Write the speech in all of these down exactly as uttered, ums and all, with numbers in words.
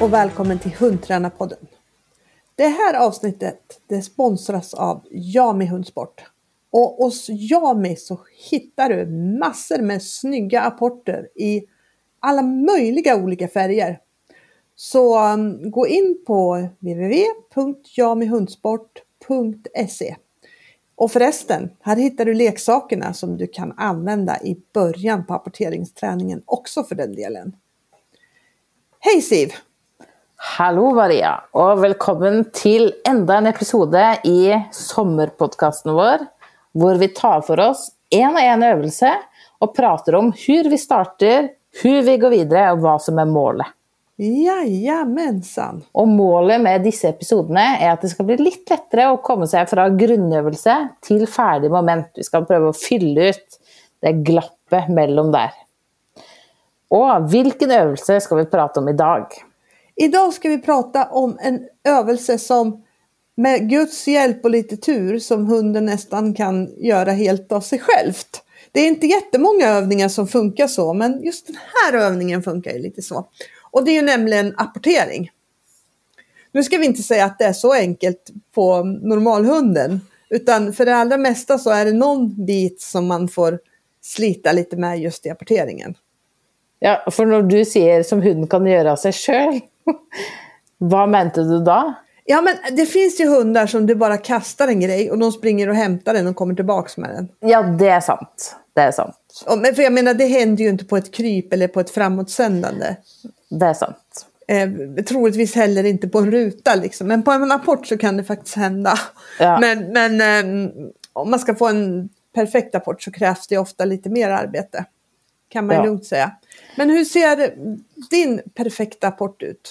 och välkommen till Hundtränarpodden. Det här avsnittet det sponsras av Jami Hundsport. Och hos Jami så hittar du massor med snygga apporter i alla möjliga olika färger. Så um, gå in på w w w punkt jami hundsport punkt se. Och förresten, här hittar du leksakerna som du kan använda i början på apporteringsträningen också för den delen. Hej Siv! Hallo Maria, og velkommen til enda en episode i sommerpodcasten vår, hvor vi tar for oss en og en øvelse og prater om hur vi starter, hur vi går videre og hva som er målet. Jajamensan! Og målet med disse episodene er at det skal bli litt lettere å komme seg fra grunnøvelse til ferdig moment. Vi skal prøve å fylle ut det glappet mellom der. Og hvilken øvelse skal vi prate om i dag? Idag ska vi prata om en övelse som med Guds hjälp och lite tur som hunden nästan kan göra helt av sig självt. Det är inte jättemånga övningar som funkar så, men just den här övningen funkar ju lite så. Och det är ju nämligen apportering. Nu ska vi inte säga att det är så enkelt på normalhunden, utan för det allra mesta så är det någon bit som man får slita lite med just i apporteringen. Ja, för när du säger som hunden kan göra sig själv, vad menade du då? Ja, men det finns ju hundar som du bara kastar en grej och de springer och hämtar den och kommer tillbaks med den. Ja, det är sant. Det är sant. Och, men för jag menar, det händer ju inte på ett kryp eller på ett framåtsändande. Det är sant. Eh, troligtvis heller inte på en ruta liksom. Men på en apport så kan det faktiskt hända. Ja. Men, men eh, om man ska få en perfekt apport så krävs det ofta lite mer arbete. Kan man ju Ja. lugnt säga. Men hur ser din perfekta apport ut?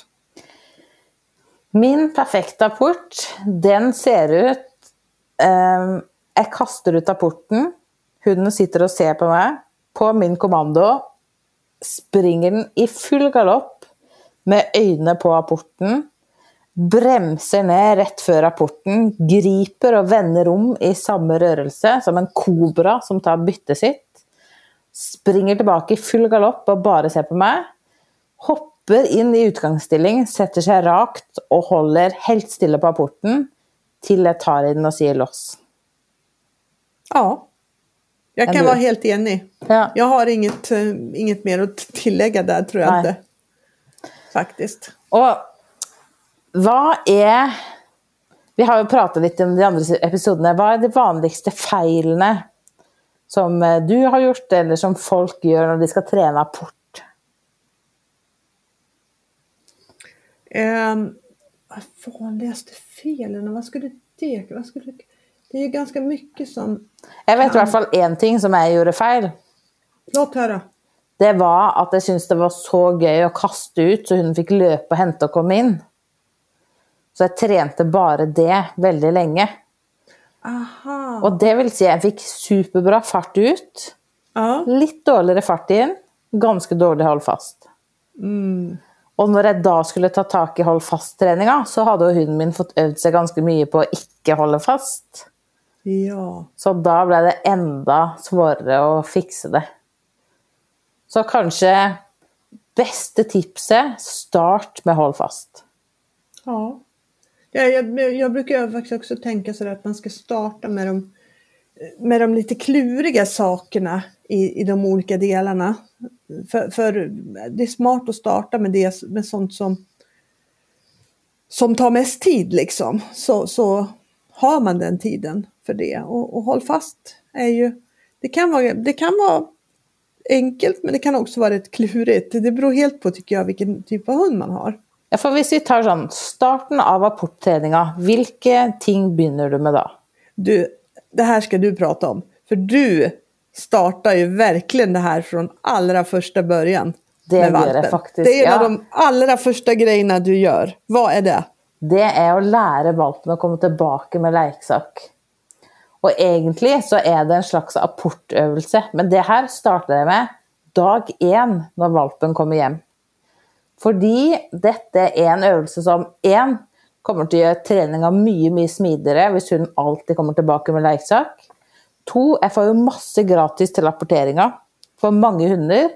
Min perfekta apport, den ser ut, eh, jeg kaster ut apporten, hunden sitter og ser på meg, på min kommando, springer den i full galopp, med øynene på apporten, bremser ned rett før apporten, griper og vender om i samme rørelse, som en kobra som tar byttet sitt, springer tilbake i full galopp og bare ser på meg, hopper inn i utgangsstilling, setter seg rakt og holder helt stille på apporten til jeg tar i den og sier loss. Ja, jag kan du? vara helt enig. Ja. Jag har inget, uh, inget mer att tillägga där tror jag Nej. inte. Faktiskt. Og hva er, vi har jo pratet litt om de andre episodene, hva er de vanligste feilene som du har gjort, eller som folk gör när de ska träna apport? Um, vanligaste felen, vad skulle det, vad skulle, det är ju ganska mycket som... Jag vet i alla fall en ting som jag gjorde fel. Låt höra. Det var att jag syntes det var så gøy att kasta ut så hun fick löpa och hämta och komma in. Så jag tränade bara det väldigt länge. Aha. Och det vill säga jag fick superbra fart ut. Ja. Lite dåligare fart in, ganska dålig håll fast. Mm. Och när jag då skulle ta tag i håll fast träningen så hade hunden min fått övt sig ganska mycket på att inte hålla fast. Ja. Så då blev det ända svårare att fixa det. Så kanske bästa tipset, start med håll fast. Ja. Jag, jag, jag brukar faktiskt också tänka så att man ska starta med de, med de lite kluriga sakerna i, i de olika delarna. För, för det är smart att starta med det med sånt som som tar mest tid liksom. Så, så har man den tiden för det. Och, och håll fast är ju, det kan vara, det kan vara enkelt men det kan också vara rätt klurigt. Det beror helt på tycker jag vilken typ av hund man har. Ja, för hvis vi tar sånn, starten av apportträningen, vilka ting börjar du med då? Du, det här ska du prata om. För du startar ju verkligen det här från allra första början. Det med gör valpen. det faktiskt. Det är en ja. av de allra första grejerna du gör. Vad är det? Det är att lära valpen att komma tillbaka med leksak. Och egentligen så är det en slags apportövelse. Men det här startade jag med dag en när valpen kommer hem. Fordi dette er en øvelse som en kommer til å gjøre treningen mye, mye smidigere hvis hun alltid kommer tilbake med leksak. To, jeg får jo masse gratis til apporteringer. For mange hunder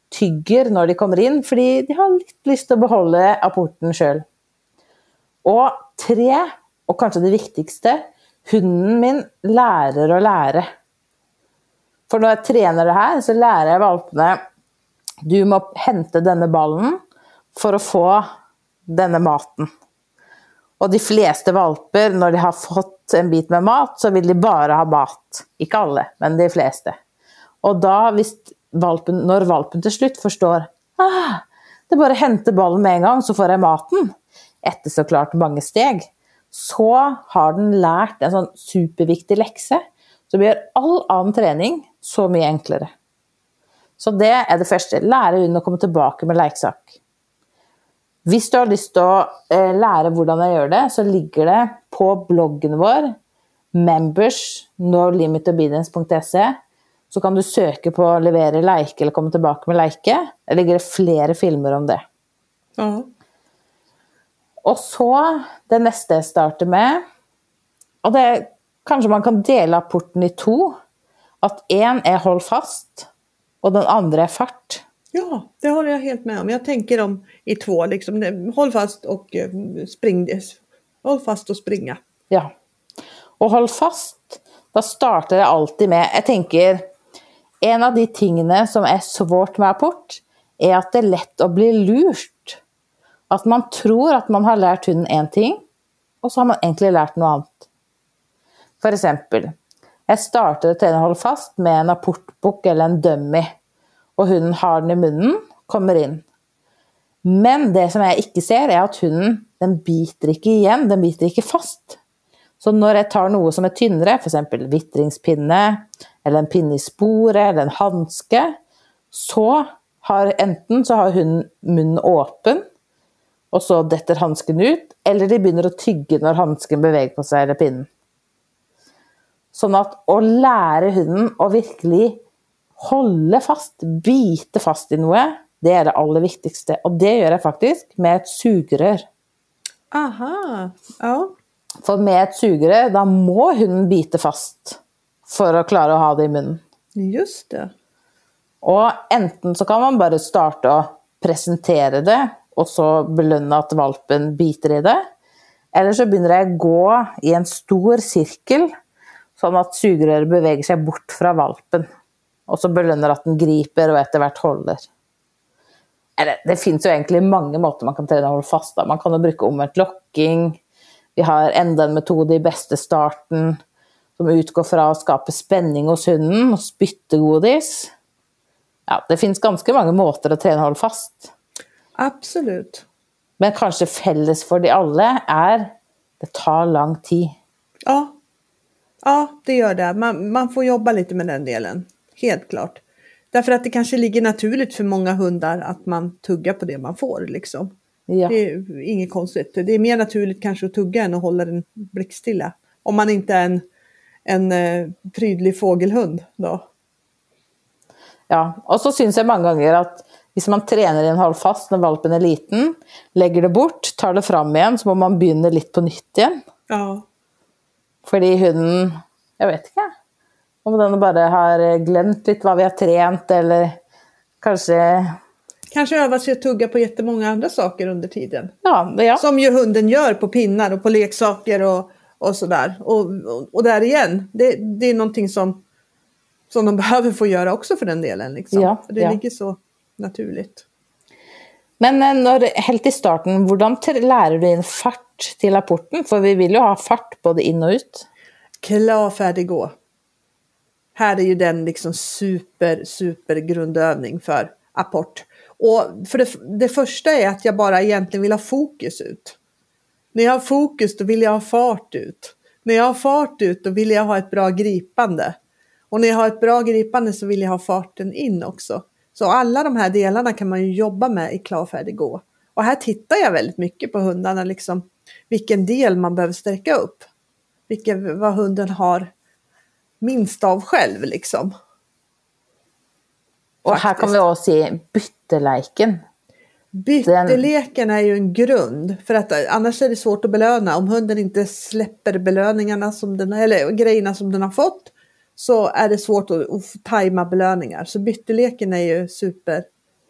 tygger när de kommer in, för de har lite lust att behålla apporten själv. Och tre, och kanske det viktigaste, hunden min lär att lära. För när jag tränar det här så lär jag valparna, du må hämta denna ballen för att få denna maten. Och de flesta valper, när de har fått en bit med mat, så vill de bara ha mat. Inte alla, men de flesta. Och då, hvis valpen, när valpen till slut förstår, ah, det är bara att hämta ballen med en gång så får jag maten. Efter såklart många steg. Så har den lärt en sån superviktig läxa. Så gör all annan träning så mycket enklare. Så det är det första. Lära hunden att komma tillbaka med leksak. Hvis du har lust att eh, lära hur jag gör det, så ligger det på bloggen vår, members no limit obedience punkt se. Så kan du söka på leverera leke eller komma tillbaka med leke. Det ligger flera filmer om det. Ja. Och så det nästa jag startar med, och det kanske man kan dela apporten i två. Att en är håll fast och den andra är fart. Ja, det håller jag helt med om. Jag tänker om i två, liksom, håll fast och spring. Håll fast och springa. Ja. Och håll fast, då startar jag alltid med, jag tänker, en av de tingene som är svårt med apport är att det är lätt att bli lurt. Att man tror att man har lärt hunden en ting, och så har man egentligen lärt något annat. För exempel, jag startade träna håll fast med en apportbok eller en dummy, och hunden har den i munnen, kommer in. Men det som jag inte ser är att hunden, den biter inte igen, den biter inte fast. Så när jag tar något som är tynnare, för exempel vittringspinne, eller en pinne i sporet, eller en handske, så har enten så har hunden munnen öppen, och så detter handsken ut, eller de börjar att tygga när handsken beväger på sig eller pinnen. Så att att lära hunden att verkligen hålla fast, bita fast i något, det är det allra viktigaste. Och det gör jag faktiskt med ett sugrör. Aha, ja. För med ett sugrör, då må hunden bita fast för att klara att ha det i munnen. Just det. Och enten så kan man bara starta och presentera det, och så belöna att valpen biter i det. Eller så börjar jag gå i en stor cirkel, så att sugröret beväger sig bort från valpen. Och så belönar att den griper och efterhvert håller. Eller det finns ju egentligen många måter man kan träna hålla fast. Man kan ju bruka omvänt locking. Vi har ända en metod i bästa starten som utgår från att skapa spänning hos hunden och spyttegodis. Ja, det finns ganska många måter att träna hålla fast. Absolut. Men kanske fälles för de alla är det tar lång tid. Ja. Ja, det gör det. Man, man får jobba lite med den delen. Helt klart. Därför att det kanske ligger naturligt för många hundar att man tuggar på det man får. Liksom. Ja. Det är inget konstigt. Det är mer naturligt kanske att tugga än att hålla den blickstilla. Om man inte är en, en eh, prydlig fågelhund då. Ja, och så syns jag många gånger att om man tränar en håll fast när valpen är liten, lägger det bort, tar det fram igen, så må man börja lite på nytt igen. Ja. För hunden, jag vet inte, om den bara har glömt lite vad vi har tränat, eller kanske... Kanske öva sig att tugga på jättemånga andra saker under tiden. Ja, ja. Som ju hunden gör på pinnar och på leksaker och, och sådär. Och, och, och där igen, det, det är någonting som, som de behöver få göra också för den delen. Liksom. Ja, för det ja. ligger så naturligt. Men när, helt i starten, hur lär du in fart till apporten? För vi vill ju ha fart både in och ut. Klar, färdig, gå. Här är ju den liksom super, super grundövning för apport. Och för det, det första är att jag bara egentligen vill ha fokus ut. När jag har fokus då vill jag ha fart ut. När jag har fart ut då vill jag ha ett bra gripande. Och när jag har ett bra gripande så vill jag ha farten in också. Så alla de här delarna kan man ju jobba med i klar, färdig, gå. Och här tittar jag väldigt mycket på hundarna. Liksom, vilken del man behöver stärka upp. Vilken, vad hunden har minst av själv liksom. Och här kan vi också se bytteleken. Bytteleken är ju en grund. För att annars är det svårt att belöna. Om hunden inte släpper belöningarna som den, eller grejerna som den har fått, så är det svårt att, att tajma belöningar. Så bytteleken är ju super,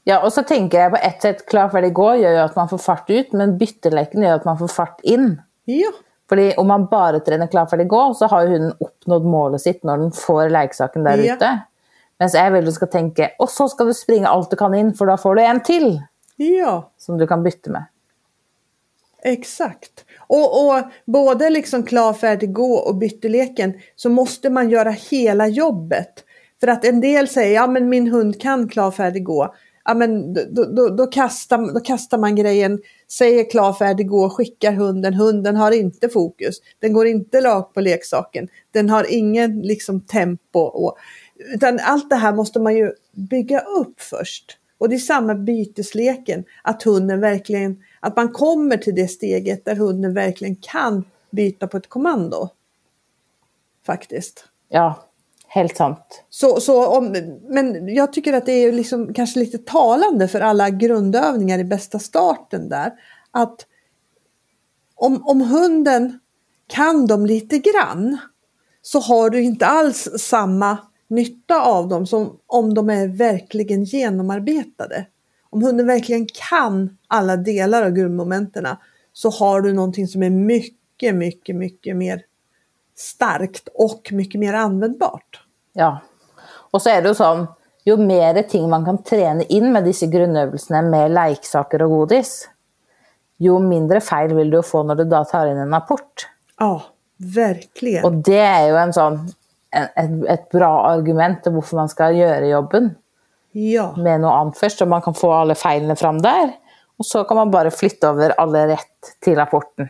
Ja, och så tänker jag på ett sätt, klar färdig gå gör ju att man får fart ut, men bytteleken gör att man får fart in. Ja. Fordi om man bara tränar klar färdig gå, så har ju hunden uppnått målet sitt när den får leksaken där Ja. ute. Men jag vill du ska tänka, och så ska du springa allt du kan in, för då får du en till. Ja. Som du kan byta med. Exakt. Och, och både liksom klar, färdig, gå och bytteleken, så måste man göra hela jobbet. För att en del säger, ja men min hund kan klar, färdig, gå. Ja men då, då, då, kastar, då kastar man grejen, säger klar, färdig, gå, skickar hunden. Hunden har inte fokus. Den går inte rakt på leksaken. Den har ingen liksom tempo. Och, utan allt det här måste man ju bygga upp först. Och det är samma bytesleken. Att hunden verkligen, att man kommer till det steget där hunden verkligen kan byta på ett kommando. Faktiskt. Ja, helt sant. Så, så om, men jag tycker att det är liksom kanske lite talande för alla grundövningar i bästa starten där. Att om, om hunden kan dem lite grann, så har du inte alls samma nytta av dem som om de är verkligen genomarbetade. Om hunden verkligen kan alla delar av grundmomenterna, så har du någonting som är mycket, mycket, mycket mer starkt och mycket mer användbart. Ja, och så är det ju sån, ju mer ting man kan träna in med dessa grundövningarna med leksaker och godis, ju mindre fel vill du få när du då tar in en rapport. Ja, verkligen. Och det är ju en sån, en, ett, ett bra argument till varför man ska göra jobben. Ja. Med något annat först, så man kan få alla felen fram där. Och så kan man bara flytta över alla rätt till rapporten.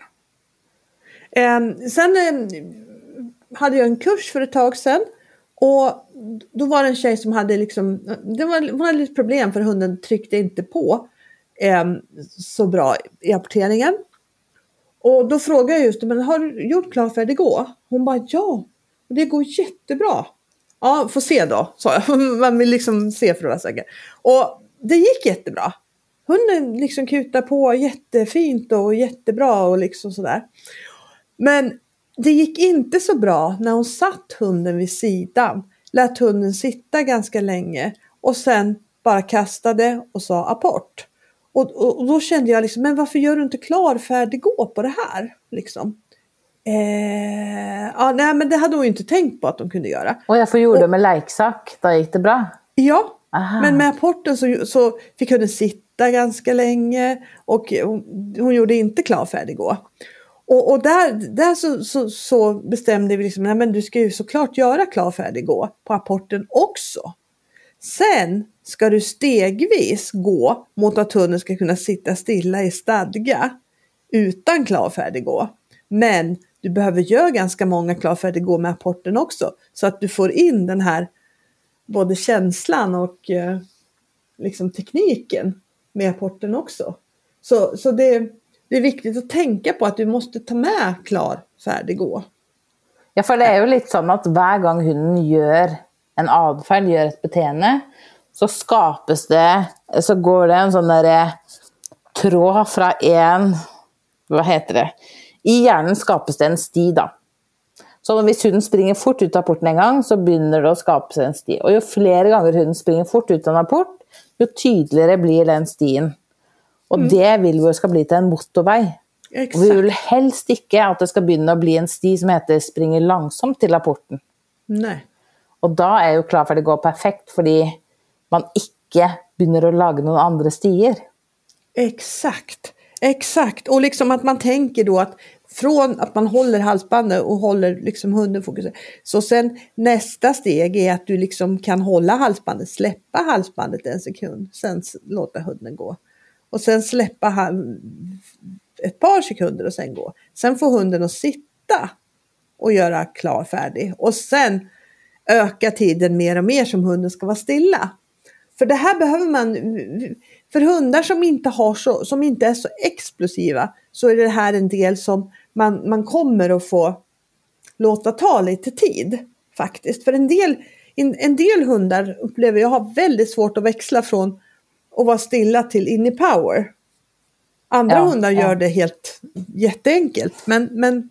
Eh, sen eh, hade jag en kurs för ett tag sedan. Och då var det en tjej som hade liksom, det var, hon hade lite problem för hunden tryckte inte på eh, så bra i apporteringen. Och då frågade jag just, men har du gjort klar, färdig, gå? Hon bara, ja, det går jättebra. Ja, får se då, sa jag. Man vill liksom se för att vara säker. Och det gick jättebra. Hunden liksom kutar på jättefint och jättebra och liksom sådär. Men det gick inte så bra när hon satt hunden vid sidan. Lät hunden sitta ganska länge. Och sen bara kastade och sa apport. Och, och, och då kände jag liksom, men varför gör du inte klar, färdig, gå på det här? Liksom. Eh, ja, nej, men det hade hon ju inte tänkt på att de kunde göra. Och jag får gjorde det med leksak, då gick det bra. Ja, Aha. Men med apporten så, så fick hunden sitta ganska länge. Och hon, hon gjorde inte klar, färdig, gå. Och, och där, där så, så, så bestämde vi liksom, nej, men du ska ju såklart göra klar, färdig, gå på apporten också. Sen ska du stegvis gå mot att hunden ska kunna sitta stilla i stadga utan klar, färdig, gå. Men du behöver göra ganska många klar, färdig, gå med apporten också. Så att du får in den här både känslan och eh, liksom tekniken med apporten också. Så, så det, det är viktigt att tänka på att du måste ta med klar, färdig, gå. Ja, för det är ju lite så att varje gång hunden gör en adfärd, gör ett beteende, så skapas det, så går det en sån där tråd från en, vad heter det, i hjärnan skapas det en sti då. Så om hunden springer fort ut av porten en gång, så börjar det att skapa sig en sti. Och ju fler gånger hunden springer fort ut av en port, ju tydligare blir den stien. Och mm. det vill vi ska bli till en motorväg. Exakt. Och vi vill helst inte att det ska börja att bli en sti som heter springer långsamt till rapporten. Nej. Och då är ju klar, för det går perfekt, fordi man inte börjar att laga någon andra stier. Exakt. Exakt. Och liksom att man tänker då att från att man håller halsbandet och håller liksom hunden fokus. Så sen nästa steg är att du liksom kan hålla halsbandet, släppa halsbandet en sekund. Sen låta hunden gå. Och sen släppa ett par sekunder och sen gå. Sen får hunden att sitta och göra klar, färdig. Och sen öka tiden mer och mer som hunden ska vara stilla. För det här behöver man, för hundar som inte har så, som inte är så explosiva, så är det här en del som man, man kommer att få låta ta lite tid faktiskt. För en del, en, en del hundar upplever jag har väldigt svårt att växla från att vara stilla till in i power. Andra ja, hundar ja. gör det helt jätteenkelt, men, men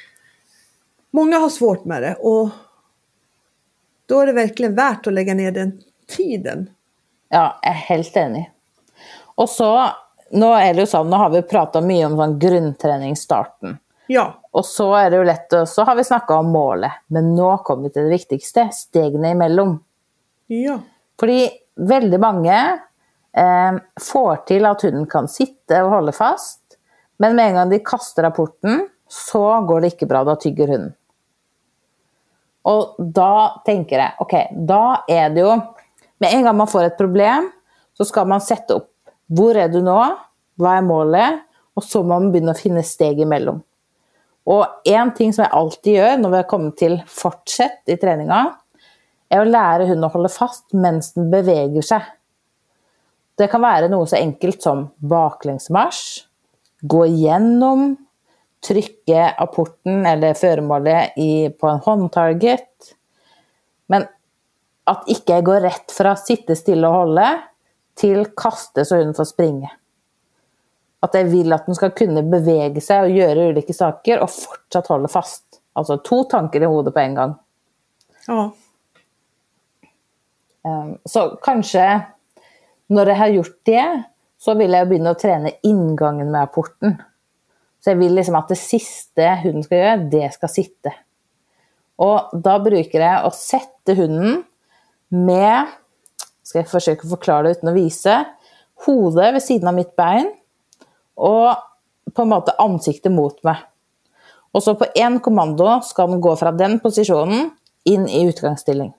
många har svårt med det, och då är det verkligen värt att lägga ner den tiden Ja, jeg er helt enig. Og så, nå er det jo sånn, nå har vi pratet mye om sånn grunntreningsstarten. Ja. Og så er det jo lett, og så har vi snakket om målet. Men nå kommer vi til det viktigste, stegene imellom. Ja. Fordi veldig mange eh, får til at hunden kan sitte og holde fast, men med en gang de kaster rapporten, så går det ikke bra, da tygger hunden. Og da tenker jeg, ok, da er det jo, med en gang man får et problem, så skal man sette opp, hvor er du nå, hva er målet, og så må man begynne å finne steg imellom. Og en ting som jeg alltid gjør, når vi har kommet til fortsett i treningen, er å lære hunden å holde fast mens den beveger seg. Det kan være noe så enkelt som baklengsmarsj, gå igjennom, trykke apporten eller føremålet i, på en håndtarget, men at ikke jeg går rett fra sitte stille og holde til kaste så hunden får springe. At jeg vil at den skal kunne bevege seg og gjøre ulike saker og fortsatt holde fast. Altså to tanker i hodet på en gang. Ja. Så kanskje når jeg har gjort det, så vil jeg begynne å trene inngangen med apporten. Så jeg vil liksom at det siste hunden skal gjøre, det skal sitte. Og da bruker jeg å sette hunden med, skal jeg forsøke å forklare det uten å vise, hodet ved siden av mitt bein, og på en måte ansiktet mot meg. Og så på en kommando skal den gå fra den posisjonen inn i utgangsstilling.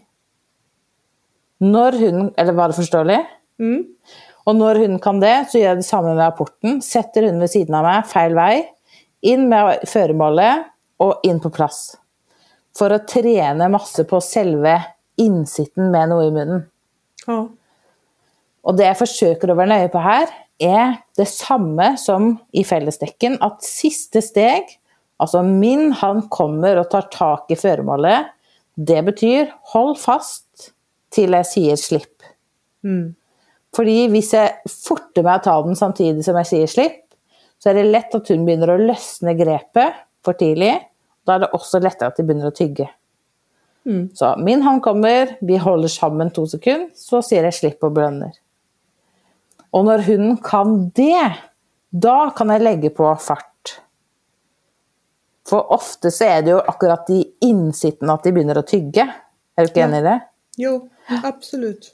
Når hunden, eller var det forståelig? Mm. Og når hunden kan det, så gjør jeg det samme med apporten. Setter hunden ved siden av meg, feil vei, inn med føremålet og inn på plass. For å trene masse på selve innsitten med noe i munnen. Ja. Og det jeg forsøker å være nøye på her, er det samme som i fellesdekken, at siste steg, altså min hand kommer og tar tak i føremålet, det betyr hold fast til jeg sier slipp. Mm. Fordi hvis jeg forter meg å ta den samtidig som jeg sier slipp, så er det lett at hun begynner å løsne grepet for tidlig, da er det også lettere at de begynner å tygge. Mm. Så min hånd kommer, vi holder sammen to sekunder, så sier jeg slipp og blønner. Og når hunden kan det, da kan jeg legge på fart. For ofte så er det jo akkurat i innsitten at de begynner å tygge. Er du ikke enig i det? Jo, absolutt.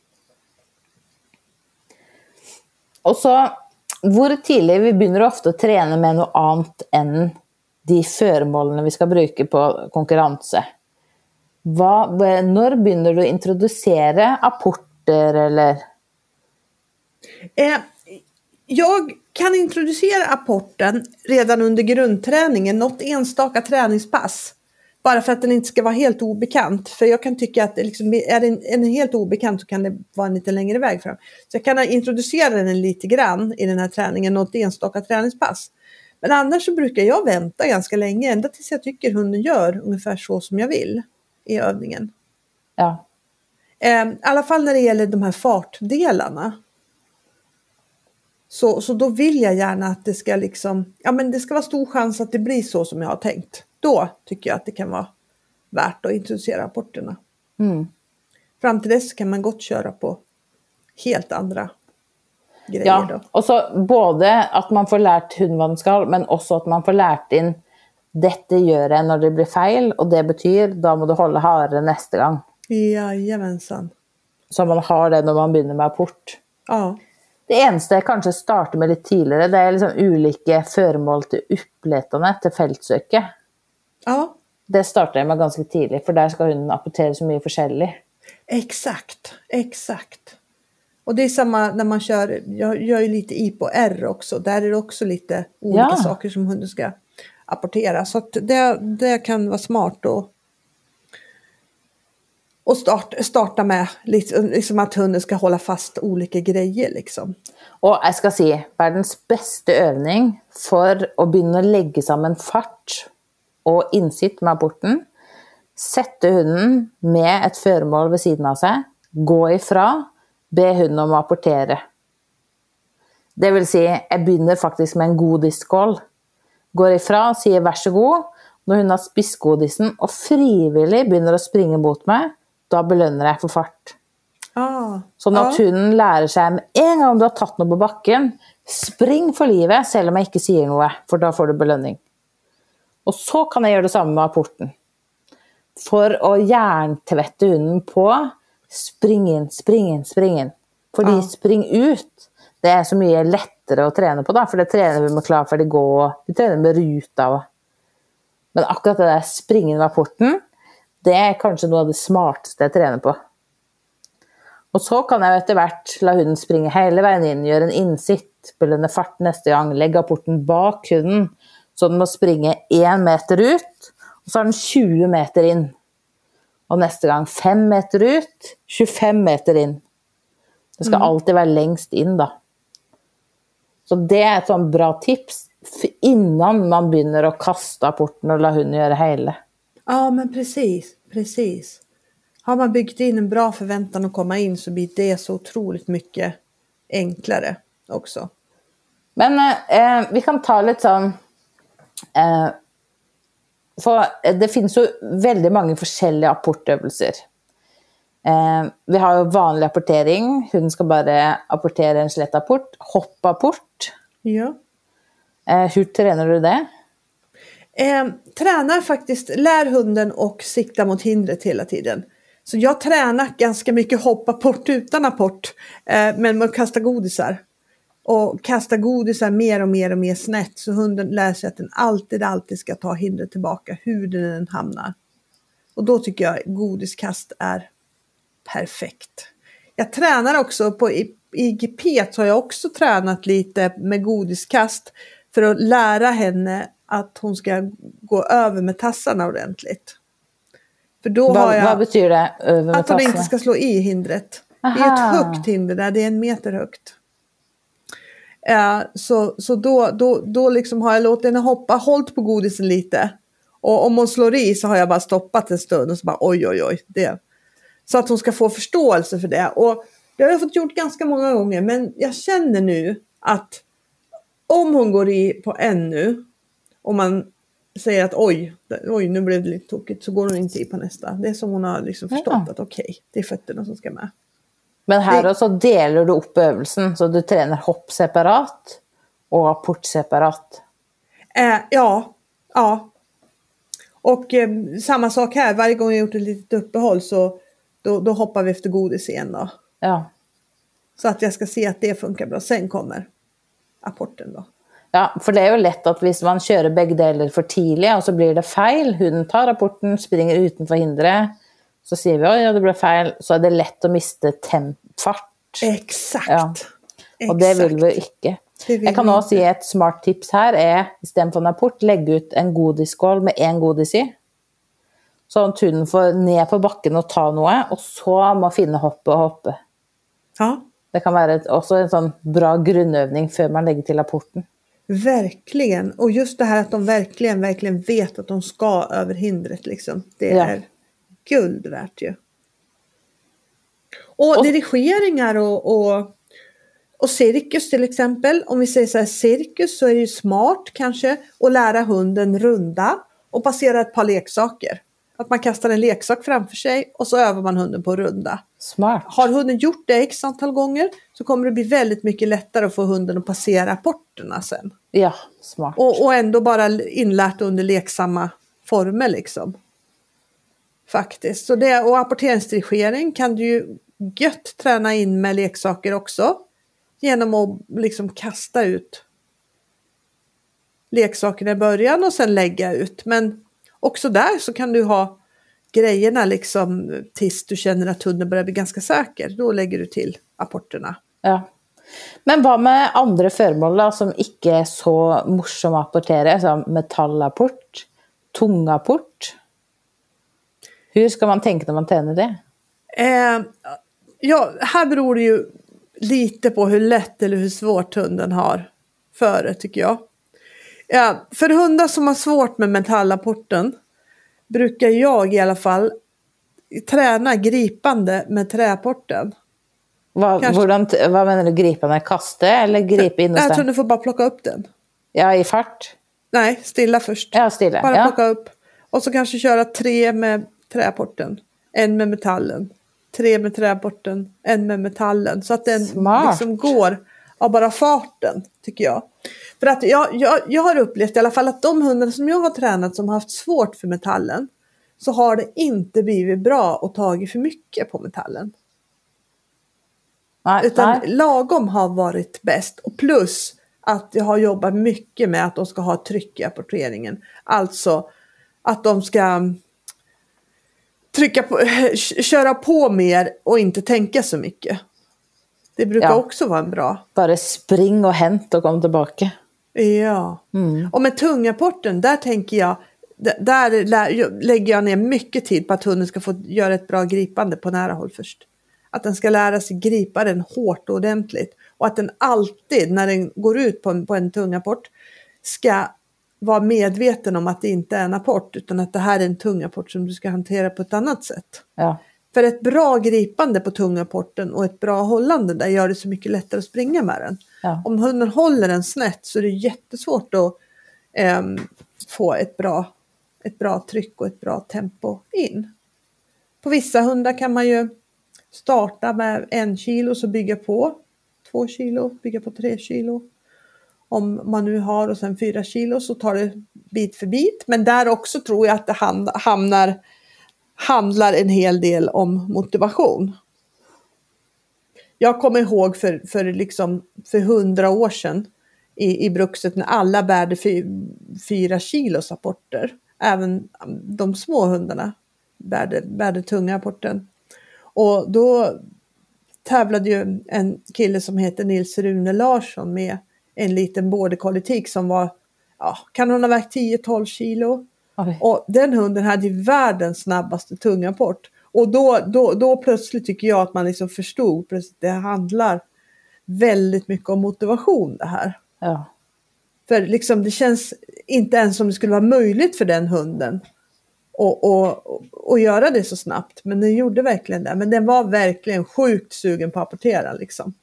Og så, hvor tidlig vi begynner ofte å trene med noe annet enn de føremålene vi skal bruke på konkurranse. Hva, når begynner du å introdusere apporter eller? Eh, jag kan introducera apporten redan under grundträningen, något enstaka träningspass. Bara för att den inte ska vara helt obekant. För jag kan tycka att liksom, är den, är den helt obekant så kan det vara en lite längre väg fram. Så jag kan introducera den lite grann i den här träningen, något enstaka träningspass. Men annars så brukar jag vänta ganska länge, ända tills jag tycker hunden gör ungefär så som jag vill i övningen. Ja. Eh, I alla fall när det gäller de här fartdelarna. Så, så då vill jag gärna att det ska liksom, ja men det ska vara stor chans att det blir så som jag har tänkt. Då tycker jag att det kan vara värt att introducera apporterna. Mm. Fram till dess kan man gott köra på helt andra grejer ja, då. Och så både att man får lärt hunden vad den ska, men också att man får lärt in detta gör jag när det blir fel, och det betyder då må du hålla hårdare nästa gång. Jajamensan. Så man har det när man börjar med apport. Ja. Det eneste jeg kanskje starter med litt tidligere, det er liksom ulike føremål til uppletene til feltsøket. Ja. Det starter jeg med ganske tidlig, for der skal hunden apportere så mye forskjellig. Exakt, exakt. Och det är samma när man kör, jag gör ju lite I på R också. Där är det också lite olika ja. saker som hunden ska apportera. Så att det, det kan vara smart att Och start, starta med liksom, liksom att hunden ska hålla fast olika grejer liksom. Och jag ska si, världens bästa övning för att börja lägga samman fart och insitt med apporten. Sätta hunden med ett föremål vid sidan av sig, gå ifrån, be hunden om att apportera. Det vill säga, jag börjar faktiskt med en godisskål. Går ifrån, säger varsågod, när hunden har spist godisen och frivilligt börjar att springa mot mig. Da belønner jeg for fart. Ah, Sånn at ja. hunden lærer seg med en gang du har tatt noe på bakken, spring for livet, selv om jeg ikke sier noe, for da får du belønning. Og så kan jeg gjøre det samme med apporten. For å hjernetvette hunden på, spring inn, spring inn, spring inn. Fordi Ja. spring ut, det er så mye lettere å trene på da, for det trener vi med klar for de gå, vi trener med ruta. Og. Men akkurat det der springen med apporten, det er kanskje noe av det smarteste jeg trener på. Og så kan jeg etter hvert la hunden springe hele veien inn, gjøre en innsitt, belønne fart neste gang, legge apporten bak hunden, så den må springe en meter ut, og så har den tjue meter inn. Og neste gang fem meter ut, tjuefem meter inn. Det skal alltid være lengst inn da. Så det er et sånn bra tips, innan man begynner å kaste apporten og la hunden gjøre hele. Ja, men precis, precis. Har man byggt in en bra förväntan att komma in så blir det så otroligt mycket enklare också. Men eh, vi kan ta litt sånn eh, for det finnes jo veldig mange forskjellige apportøvelser. Eh, vi har jo vanlig apportering, hunden skal bare apportere en slett apport, hoppapport. Ja. Eh, hur tränar du det? Eh, tränar faktiskt, lär hunden och sikta mot hindret hela tiden. Så jag tränar ganska mycket hoppapport utan apport, eh, men med att kasta godisar. Och kasta godisar mer och mer och mer snett, så hunden lär sig att den alltid, alltid ska ta hindret tillbaka, hur den än hamnar. Och då tycker jag godiskast är perfekt. Jag tränar också på I G P, så har jag också tränat lite med godiskast för att lära henne att hon ska gå över med tassarna ordentligt. För då Vad, har jag, vad betyder det? Över med att hon inte tassarna? ska slå i hindret. Aha. Det är ett högt hinder där, det är en meter högt. Uh, så så då, då, då liksom har jag låtit henne hoppa, hållit på godisen lite. Och om hon slår i så har jag bara stoppat en stund och så bara oj oj oj. Det. Så att hon ska få förståelse för det. Och det har jag fått gjort ganska många gånger. Men jag känner nu att om hon går i på en nu, och man säger att oj, oj nu blev det lite tokigt, så går hon inte i på nästa. Det är som hon har liksom förstått Ja. att okej, okay, det är fötterna som ska med. Men här det... också delar du upp övelsen, så du tränar hopp separat och apport separat. Eh, ja, ja. Och eh, samma sak här, varje gång jag gjort ett litet uppehåll så då, då hoppar vi efter godis igen då. Ja. Så att jag ska se att det funkar bra. Sen kommer apporten då. Ja, för det är ju lätt att hvis man kör bägge delar för tidigt och så blir det fel, hunden tar rapporten, springer utanför hindret, så säger vi oj, ja, det blev fel, så är det lätt att mista tempfart. Exakt. Ja. Och det vill vi inte. Vill jag kan vi också säga ett smart tips här är, istället för en rapport, lägg ut en godisskål med en godis i. Så att hunden får ner på backen och ta något, och så må finna hoppe och hoppe. Ja. Det kan vara ett, också en sån bra grundövning för man lägger till rapporten. Verkligen. Och just det här att de verkligen, verkligen vet att de ska över hindret liksom. Det Ja. är guld värt ju. Och, och dirigeringar och, och, och cirkus till exempel. Om vi säger så här, cirkus, så är det ju smart kanske att lära hunden runda och passera ett par leksaker. Att man kastar en leksak framför sig och så övar man hunden på att runda. Smart. Har hunden gjort det x antal gånger så kommer det bli väldigt mycket lättare att få hunden att passera apporterna sen. Ja, smart. Och, och ändå bara inlärt under leksamma former liksom. Faktiskt. Så det, och apporteringsdirigering kan du ju gött träna in med leksaker också. Genom att liksom kasta ut leksakerna i början och sen lägga ut. Men också där så kan du ha grejerna liksom tills du känner att hunden börjar bli ganska säker. Då lägger du till apporterna. Ja. Men vad med andra föremål då, som inte är så morsamma att apportera, som metallapport, tungapport? Hur ska man tänka när man tränar det? Eh, ja, här beror det ju lite på hur lätt eller hur svårt hunden har för det, tycker jag. Ja, för hundar som har svårt med metallapporten brukar jag i alla fall träna gripande med träapporten. Vad, hvordan, vad menar du, gripande? Kasta eller gripa in? Jag tror du får bara plocka upp den. Ja, i fart? Nej, stilla först. Ja, stilla. Bara Ja. plocka upp. Och så kanske köra tre med träapporten. En med metallen. tre med träapporten, en med metallen. Så att den Smart. liksom går av bara farten, tycker jag. För att jag, jag, jag har upplevt i alla fall att de hundar som jag har tränat som har haft svårt för metallen, så har det inte blivit bra och tagit för mycket på metallen. Nej, Utan nej. lagom har varit bäst. Och plus att jag har jobbat mycket med att de ska ha tryck i apporteringen. Alltså att de ska trycka på, köra på mer och inte tänka så mycket. Det brukar Ja. också vara en bra. Bara spring och hänt och kom tillbaka. Ja. Mm. Och med tungapporten, där tänker jag, d- där lä- lägger jag ner mycket tid på att hunden ska få göra ett bra gripande på nära håll först. Att den ska lära sig gripa den hårt och ordentligt. Och att den alltid, när den går ut på en, på en tungapport, ska vara medveten om att det inte är en apport, utan att det här är en tungapport som du ska hantera på ett annat sätt. Ja. För ett bra gripande på tungapporten och ett bra hållande där gör det så mycket lättare att springa med den. Ja. Om hunden håller den snett så är det jättesvårt att ehm, få ett bra, ett bra tryck och ett bra tempo in. På vissa hundar kan man ju starta med en kilo så bygga på två kilo, bygga på tre kilo. Om man nu har och sen fyra kilo så tar det bit för bit. Men där också tror jag att det hamnar, handlar en hel del om motivation. Jag kommer ihåg för, för, liksom, för hundra år sedan i, i brukset när alla bärde fy, fyra kilos apporter. Även de små hundarna bärde, bärde tunga apporten. Och då tävlade ju en kille som heter Nils Rune Larsson med en liten border collie tik som var, ja, kan hon ha vägt tio till tolv kilo. Oj. Och den hunden hade ju världens snabbaste tungapport. Och då, då, då plötsligt tycker jag att man liksom förstod plötsligt det handlar väldigt mycket om motivation det här. Ja. För liksom det känns inte ens som det skulle vara möjligt för den hunden och, och, och, och göra det så snabbt. Men den gjorde verkligen det. Men den var verkligen sjukt sugen på att apportera liksom.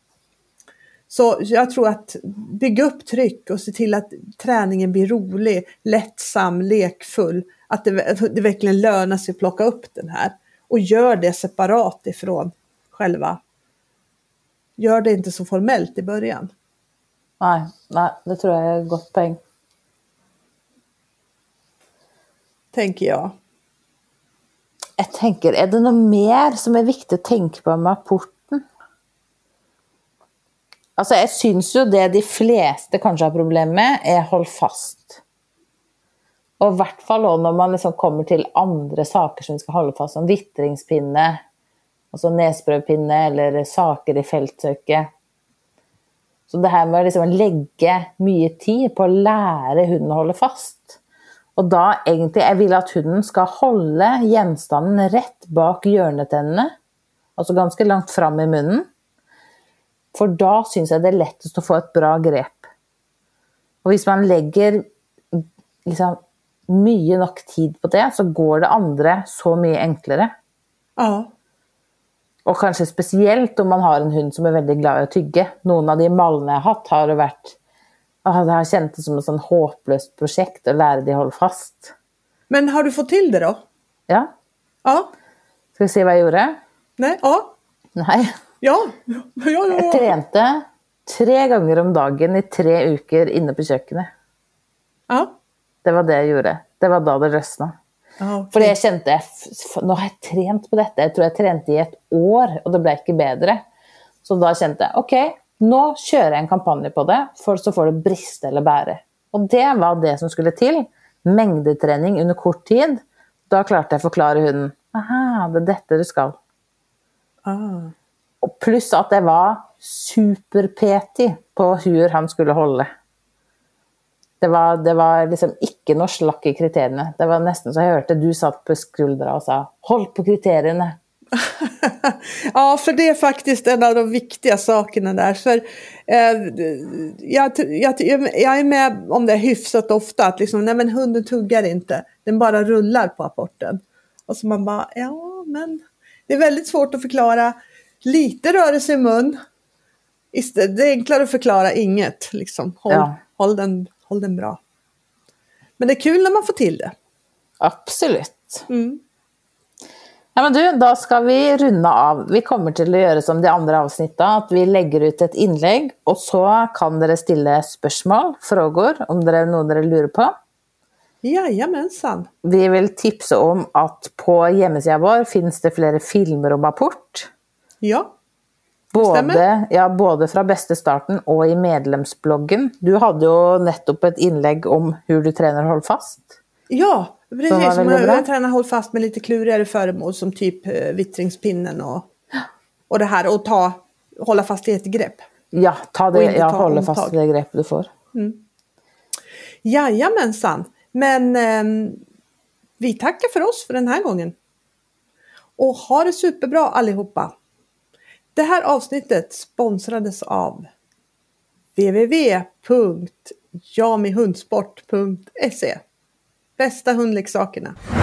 Så jag tror att bygga upp tryck och se till att träningen blir rolig, lättsam, lekfull. Att det, det verkligen lönar sig att plocka upp den här. Och gör det separat ifrån själva. Gör det inte så formellt i början. Nej, nej, det tror jag är ett gott poäng. Tänker jag. Jag tänker, är det något mer som är viktigt att tänka på med apporten? Alltså, jag syns ju det de flesta kanske har problem med är håll fast. Och i vart fall då, när man liksom kommer till andra saker som vi ska hålla fast, som vittringspinne, alltså näsbrödpinne eller saker i fältsöke. Så det här med att liksom lägga mycket tid på att lära hunden att hålla fast. Och då egentligen, jag vill att hunden ska hålla genstanden rätt bak hjörnetänderna, alltså ganska långt fram i munnen. För då syns jag det är lättast att få ett bra grepp. Och om man lägger liksom mycket nog tid på det så går det andra så mycket enklare. Ja. Och kanske speciellt om man har en hund som är väldigt glad i att tygga. Någon av de mallene jag har haft har det varit, oh, det har känts som ett sån hopplöst projekt att lära dig hålla fast. Men har du fått till det då? Ja. Ja. Ska vi se vad jag gjorde? Nej, ja. Nej. Ja. Ja, ja, ja. Jag tränade tre gånger om dagen i tre veckor inne på köket. Ja. Det var det jag gjorde. Det var då det röstnade. Ja, okay. För jag kände, nu har jag tränat på detta. Jag tror jag tränade i ett år och det blev inte bättre. Så då kände jag, okej, okay, nu kör jag en kampanj på det. För så får det brista eller bära. Och det var det som skulle till. Mängdeträning under kort tid. Då klarte jag förklara hunden, aha, det är detta du ska. Ah. Och plus att det var superpetig på hur han skulle hålla. Det var, det var liksom inte något slack i kriterierna. Det var nästan så jag hörde du satt på skuldra och sa, håll på kriterierna. Ja, för det är faktiskt en av de viktiga sakerna där. För eh, jag, jag, jag är med om det hyfsat ofta. Att liksom, nej men hunden tuggar inte. Den bara rullar på apporten. Och så man bara, ja men. Det är väldigt svårt att förklara. Lite rörelse i mun. Det är enklare att förklara inget. Liksom. Håll, Ja. håll, den, håll den bra. Men det är kul när man får till det. Absolut. Mm. Ja, men du, då ska vi runda av. Vi kommer till att göra som de andra avsnitten, att vi lägger ut ett inlägg och så kan dere ställa spörsmål, frågor om det är något dere lurer på. Jajamensan. Vi vill tipsa om att på hemsidan vår finns det flera filmer om apport. Ja. Både, ja, både från bästa starten och i medlemsbloggen. Du hade ju nettopp ett inlägg om hur du tränar håll fast. Ja, precis. Som som jag, jag tränar håll fast med lite klurigare föremål som typ eh, vittringspinnen och, och det här och ta, hålla fast i ett grepp. Ja, ta det, ja, hålla omtag. fast i det grepp du får. Mm. Jajamensan. Men eh, vi tackar för oss för den här gången. Och ha det superbra allihopa. Det här avsnittet sponsrades av w w w punkt jamihundsport punkt se. Bästa hundleksakerna.